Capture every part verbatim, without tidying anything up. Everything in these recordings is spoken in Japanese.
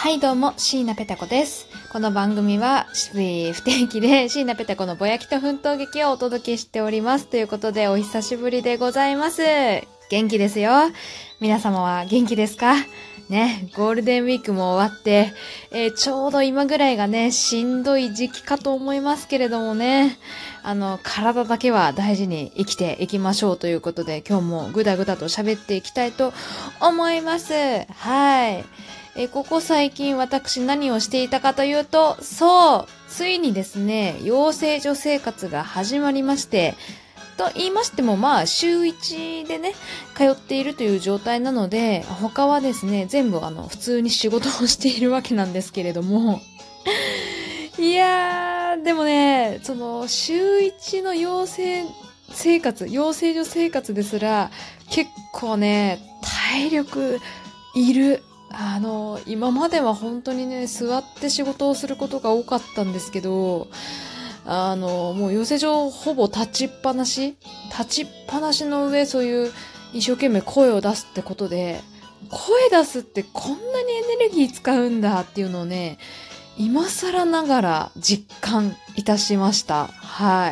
はいどうも、椎名ペタ子です。この番組は不定期で椎名ペタ子のぼやきと奮闘劇をお届けしております。ということでお久しぶりでございます。元気ですよ。皆様は元気ですかね、ゴールデンウィークも終わって、えー、ちょうど今ぐらいがね、しんどい時期かと思いますけれどもね、あの、体だけは大事に生きていきましょうということで、今日もぐだぐだと喋っていきたいと思います。はい。えー、ここ最近私何をしていたかというと、そう、ついにですね、養成所生活が始まりまして、と言いましても、まあ、週いちでね、通っているという状態なので、他はですね、全部あの、普通に仕事をしているわけなんですけれども、いやー、でもね、その、週いちの養成生活、養成所生活ですら、結構ね、体力いる。あの、今までは本当にね、座って仕事をすることが多かったんですけど、あの、もう養成所ほぼ立ちっぱなし立ちっぱなしの上、そういう一生懸命声を出すってことで、声出すってこんなにエネルギー使うんだっていうのをね、今更ながら実感いたしました。はい。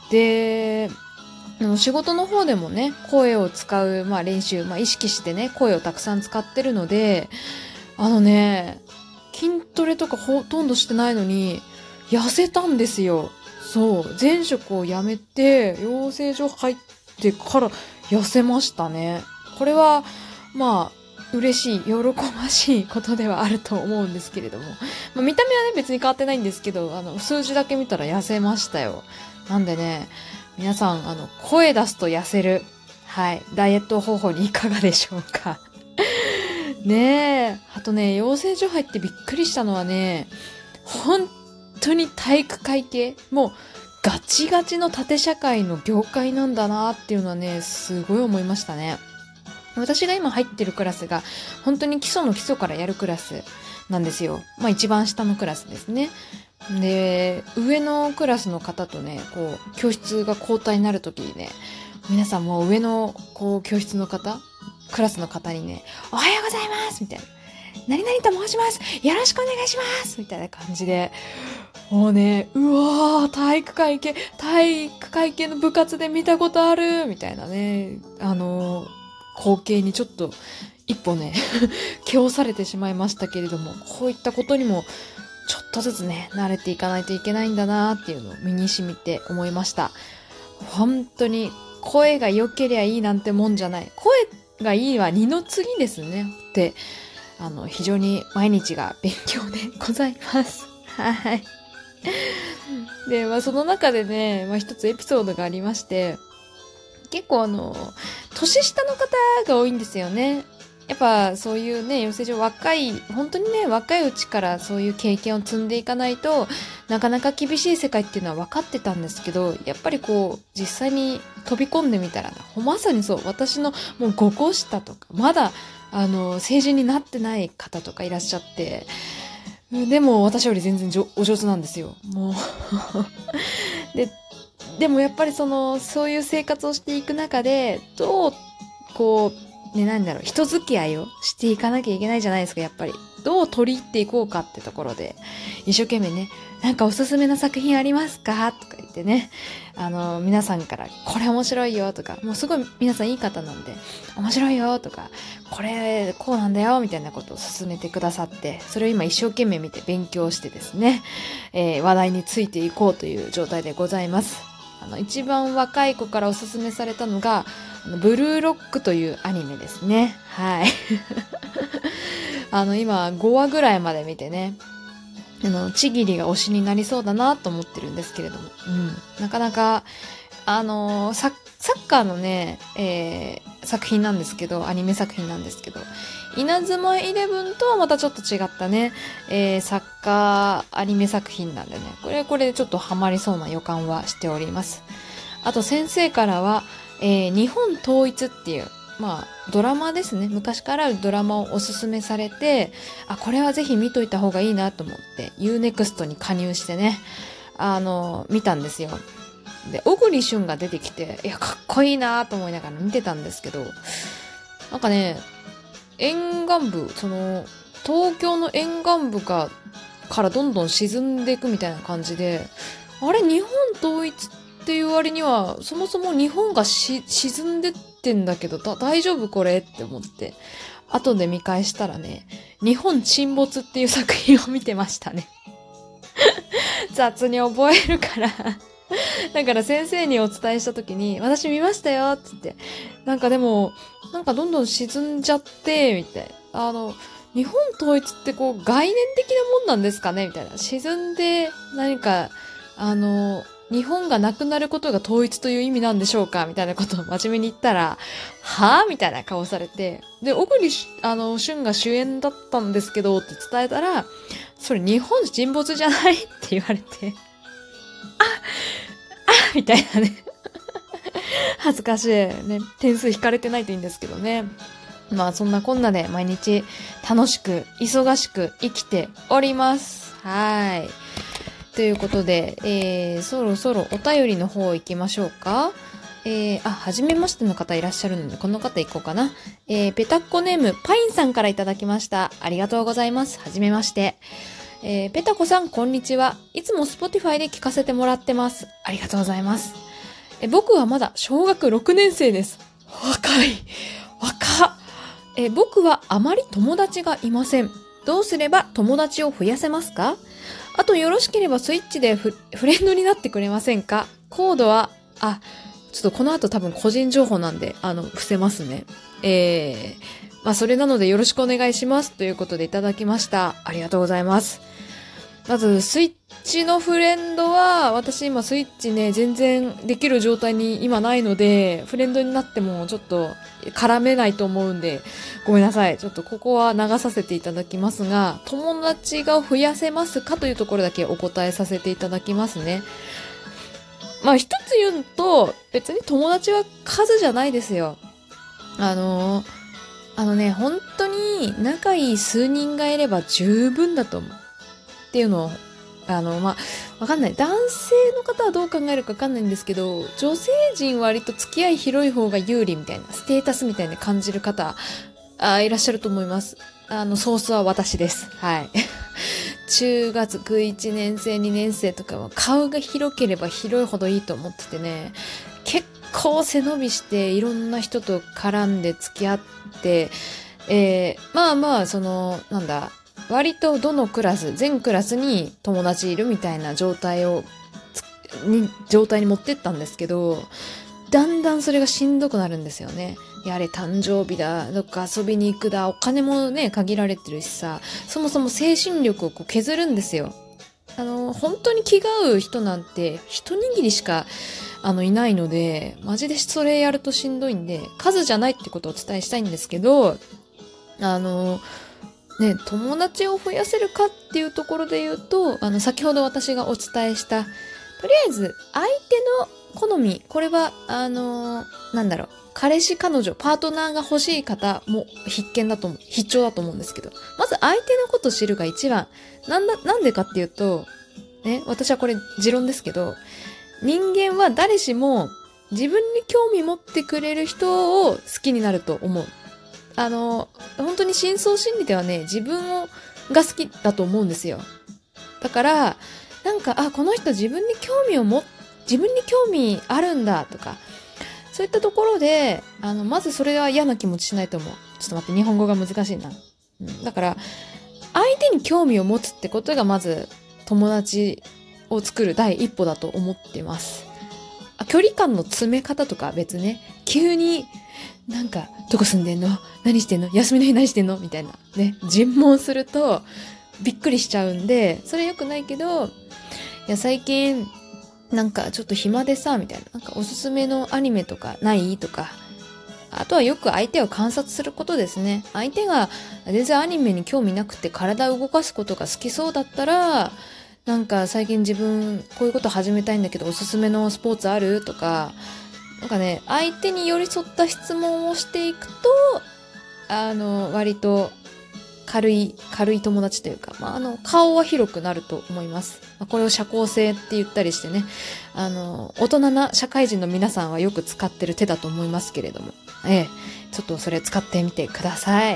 で、仕事の方でもね、声を使う、まあ練習、まあ意識してね、声をたくさん使ってるので、あのね、筋トレとかほとんどしてないのに、痩せたんですよ。そう。前職を辞めて、養成所入ってから痩せましたね。これは、まあ、嬉しい、喜ばしいことではあると思うんですけれども。まあ、見た目はね、別に変わってないんですけど、あの、数字だけ見たら痩せましたよ。なんでね、皆さん、あの、声出すと痩せる。はい。ダイエット方法にいかがでしょうか。ねえ。あとね、養成所入ってびっくりしたのはね、本当に体育会系もうガチガチの縦社会の業界なんだなっていうのはね、すごい思いましたね。私が今入ってるクラスが本当に基礎の基礎からやるクラスなんですよ。まあ一番下のクラスですね。で、上のクラスの方とね、こう、教室が交代になるときにね、皆さんもう上の、こう、教室の方、クラスの方にね、おはようございますみたいな。何々と申しますよろしくお願いしますみたいな感じで、もうね、うわー、体育会系、体育会系の部活で見たことあるみたいなね、あのー、光景にちょっと、一歩ね、気をされてしまいましたけれども、こういったことにも、ちょっとずつね、慣れていかないといけないんだなーっていうのを身に染みて思いました。本当に、声が良けりゃいいなんてもんじゃない。声がいいは二の次ですね。って、あの、非常に毎日が勉強でございます。はい。で、まあその中でね、まあ一つエピソードがありまして、結構あの、年下の方が多いんですよね。やっぱそういうね、養成所若い、本当にね、若いうちからそういう経験を積んでいかないとなかなか厳しい世界っていうのは分かってたんですけど、やっぱりこう、実際に飛び込んでみたら、まさにそう、私のもうごこ下とか、まだ、あの、成人になってない方とかいらっしゃって、でも私より全然じょお上手なんですよ。もう。で、でもやっぱりその、そういう生活をしていく中で、どう、こう、ね、なんだろう、人付き合いをしていかなきゃいけないじゃないですか、やっぱり。どう取り入っていこうかってところで、一生懸命ね、なんかおすすめの作品ありますかとか言ってね、あの、皆さんから、これ面白いよとか、もうすごい皆さんいい方なんで、面白いよとか、これ、こうなんだよみたいなことを勧めてくださって、それを今一生懸命見て勉強してですね、えー、話題についていこうという状態でございます。あの、一番若い子からおすすめされたのが、ブルーロックというアニメですね。はい。あの、今ごわぐらいまで見てね、あの、ちぎりが推しになりそうだなと思ってるんですけれども、うん。なかなか、あのー、サッ、サッカーのね、えー、作品なんですけど、アニメ作品なんですけど、稲妻イレブンとはまたちょっと違ったね、えー、サッカーアニメ作品なんでね、これこれでちょっとハマりそうな予感はしております。あと先生からは、えー、日本統一っていう、まあ、ドラマですね。昔からあるドラマをおすすめされて、あ、これはぜひ見といた方がいいなと思って、ユーネクスト に加入してね、あの、見たんですよ。で、小栗旬が出てきて、いや、かっこいいなと思いながら見てたんですけど、なんかね、沿岸部、その、 東京の沿岸部がからどんどん沈んでいくみたいな感じで、あれ日本統一っていう割にはそもそも日本がし沈んでってんだけどだ大丈夫これって思って後で見返したらね、日本沈没っていう作品を見てましたね。雑に覚えるからだから先生にお伝えした時に、私見ましたよって言って、なんかでもなんかどんどん沈んじゃってみたいな、あの日本統一ってこう概念的なもんなんですかねみたいな、沈んで何かあの日本がなくなることが統一という意味なんでしょうかみたいなことを真面目に言ったら、はぁみたいな顔されて、で小栗あの旬が主演だったんですけどって伝えたら、それ日本沈没じゃないって言われて、ああみたいなね恥ずかしいね。点数引かれてないといいんですけどね。まあそんなこんなで毎日楽しく忙しく生きております。はい。ということで、えー、そろそろお便りの方行きましょうか。えー、あ、はじめましての方いらっしゃるので、この方行こうかな。えー、ペタッコネームパインさんからいただきました。ありがとうございます。はじめまして。えー、ペタコさん、こんにちは。いつも Spotify で聞かせてもらってます。ありがとうございます。えー、僕はまだ小学ろくねん生です。若い。若っ。えー、僕はあまり友達がいません。どうすれば友達を増やせますか？あとよろしければスイッチで フ, フレンドになってくれませんか？コードは、あ、ちょっとこの後多分個人情報なんで、あの、伏せますね。えー、まあそれなのでよろしくお願いしますということでいただきました。ありがとうございます。まずスイッチのフレンドは、私今スイッチね、全然できる状態に今ないので、フレンドになってもちょっと絡めないと思うんで、ごめんなさい。ちょっとここは流させていただきますが、友達が増やせますかというところだけお答えさせていただきますね。まあ一つ言うと、別に友達は数じゃないですよ。あのー、あのね、本当に仲いい数人がいれば十分だと思う。っていうのを、あの、まあ、わかんない。男性の方はどう考えるかわかんないんですけど、女性陣割と付き合い広い方が有利みたいな、ステータスみたいな感じる方、あいらっしゃると思います。あの、ソースは私です。はい。中学いちねん生、にねん生とかは顔が広ければ広いほどいいと思っててね、結構背伸びしていろんな人と絡んで付き合って、えー、まあまあ、その、なんだ、割とどのクラス、全クラスに友達いるみたいな状態を、に、状態に持ってったんですけど、だんだんそれがしんどくなるんですよね。やれ誕生日だ、どっか遊びに行くだ、お金もね、限られてるしさ、そもそも精神力をこう削るんですよ。あの、本当に気が合う人なんて、一握りしか、あの、いないので、マジでそれやるとしんどいんで、数じゃないってことをお伝えしたいんですけど、あの、ね、友達を増やせるかっていうところで言うと、あの、先ほど私がお伝えした、とりあえず、相手の好み、これは、あの、なんだろう、彼氏彼女、パートナーが欲しい方も必見だと思う、必聴だと思うんですけど、まず相手のこと知るが一番。なんだ、なんでかっていうと、ね、私はこれ持論ですけど、人間は誰しも自分に興味持ってくれる人を好きになると思う。あの、本当に深層心理ではね、自分をが好きだと思うんですよ。だから、なんか、あ、この人自分に興味を持、自分に興味あるんだとか、そういったところで、あの、まずそれは嫌な気持ちしないと思う。ちょっと待って、日本語が難しいな。うん、だから、相手に興味を持つってことがまず、友達を作る第一歩だと思っています。距離感の詰め方とか別ね、急に、なんか、どこ住んでんの？何してんの？休みの日何してんの？みたいな。ね。尋問すると、びっくりしちゃうんで、それ良くないけど、いや、最近、なんかちょっと暇でさ、みたいな。なんかおすすめのアニメとかないとか。あとはよく相手を観察することですね。相手が全然アニメに興味なくて体を動かすことが好きそうだったら、なんか最近自分こういうこと始めたいんだけどおすすめのスポーツある？とか、なんかね、相手に寄り添った質問をしていくと、あの、割と軽い、軽い友達というか、まあ、あの、顔は広くなると思います。まあ、これを社交性って言ったりしてね、あの、大人な社会人の皆さんはよく使ってる手だと思いますけれども、ええ、ちょっとそれ使ってみてください。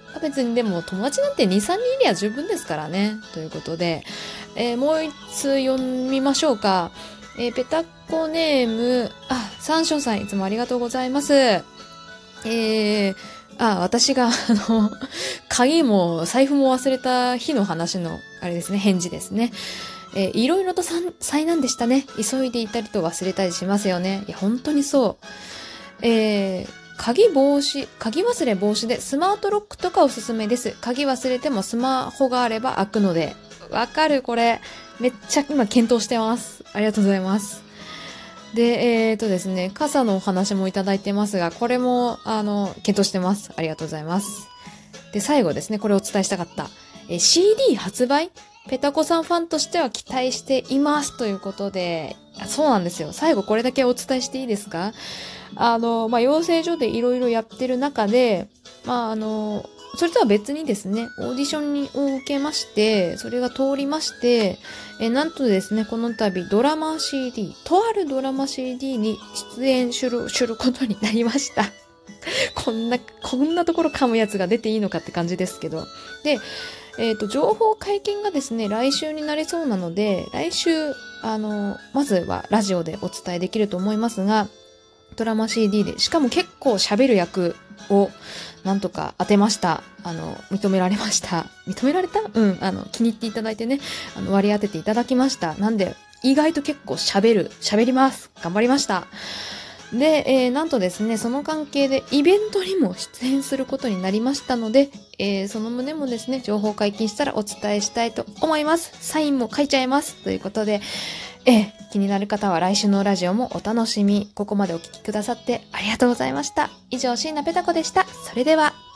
別にでも友達なんてに、さんにんいりゃ十分ですからね。ということで、えー、もう一通読みましょうか。えー、ペタコネーム、あ、サンションさんいつもありがとうございます。えー、あ、私が、あの、鍵も財布も忘れた日の話の、あれですね、返事ですね。えー、いろいろと災難でしたね。急いでいたりと忘れたりしますよね。いや、本当にそう。えー、鍵防止、鍵忘れ防止でスマートロックとかおすすめです。鍵忘れてもスマホがあれば開くので。わかるこれ。めっちゃ今検討してます。ありがとうございます。で、えーとですね、傘のお話もいただいてますが、これも、あの、検討してます。ありがとうございます。で、最後ですね、これお伝えしたかった。えー、シーディー 発売ペタコさんファンとしては期待していますということで、そうなんですよ。最後これだけお伝えしていいですか？あの、まあ、養成所でいろいろやってる中で、まあ、あの、それとは別にですね、オーディションにを受けまして、それが通りまして、えなんとですね、この度ドラマ シーディー、とあるドラマ シーディー に出演する、することになりました。こんな、こんなところ噛むやつが出ていいのかって感じですけど。で、えっと、情報解禁がですね、来週になりそうなので、来週、あの、まずはラジオでお伝えできると思いますが、ドラマ シーディー で、しかも結構喋る役をなんとか当てました。あの、認められました。認められた？うん、あの、気に入っていただいてね、あの、割り当てていただきました。なんで、意外と結構喋る、喋ります。頑張りました。で、えー、なんとですね、その関係でイベントにも出演することになりましたので、えー、その旨もですね、情報解禁したらお伝えしたいと思います。サインも書いちゃいます。ということで、えー、気になる方は来週のラジオもお楽しみ。ここまでお聞きくださってありがとうございました。以上、椎名ペタ子でした。それでは。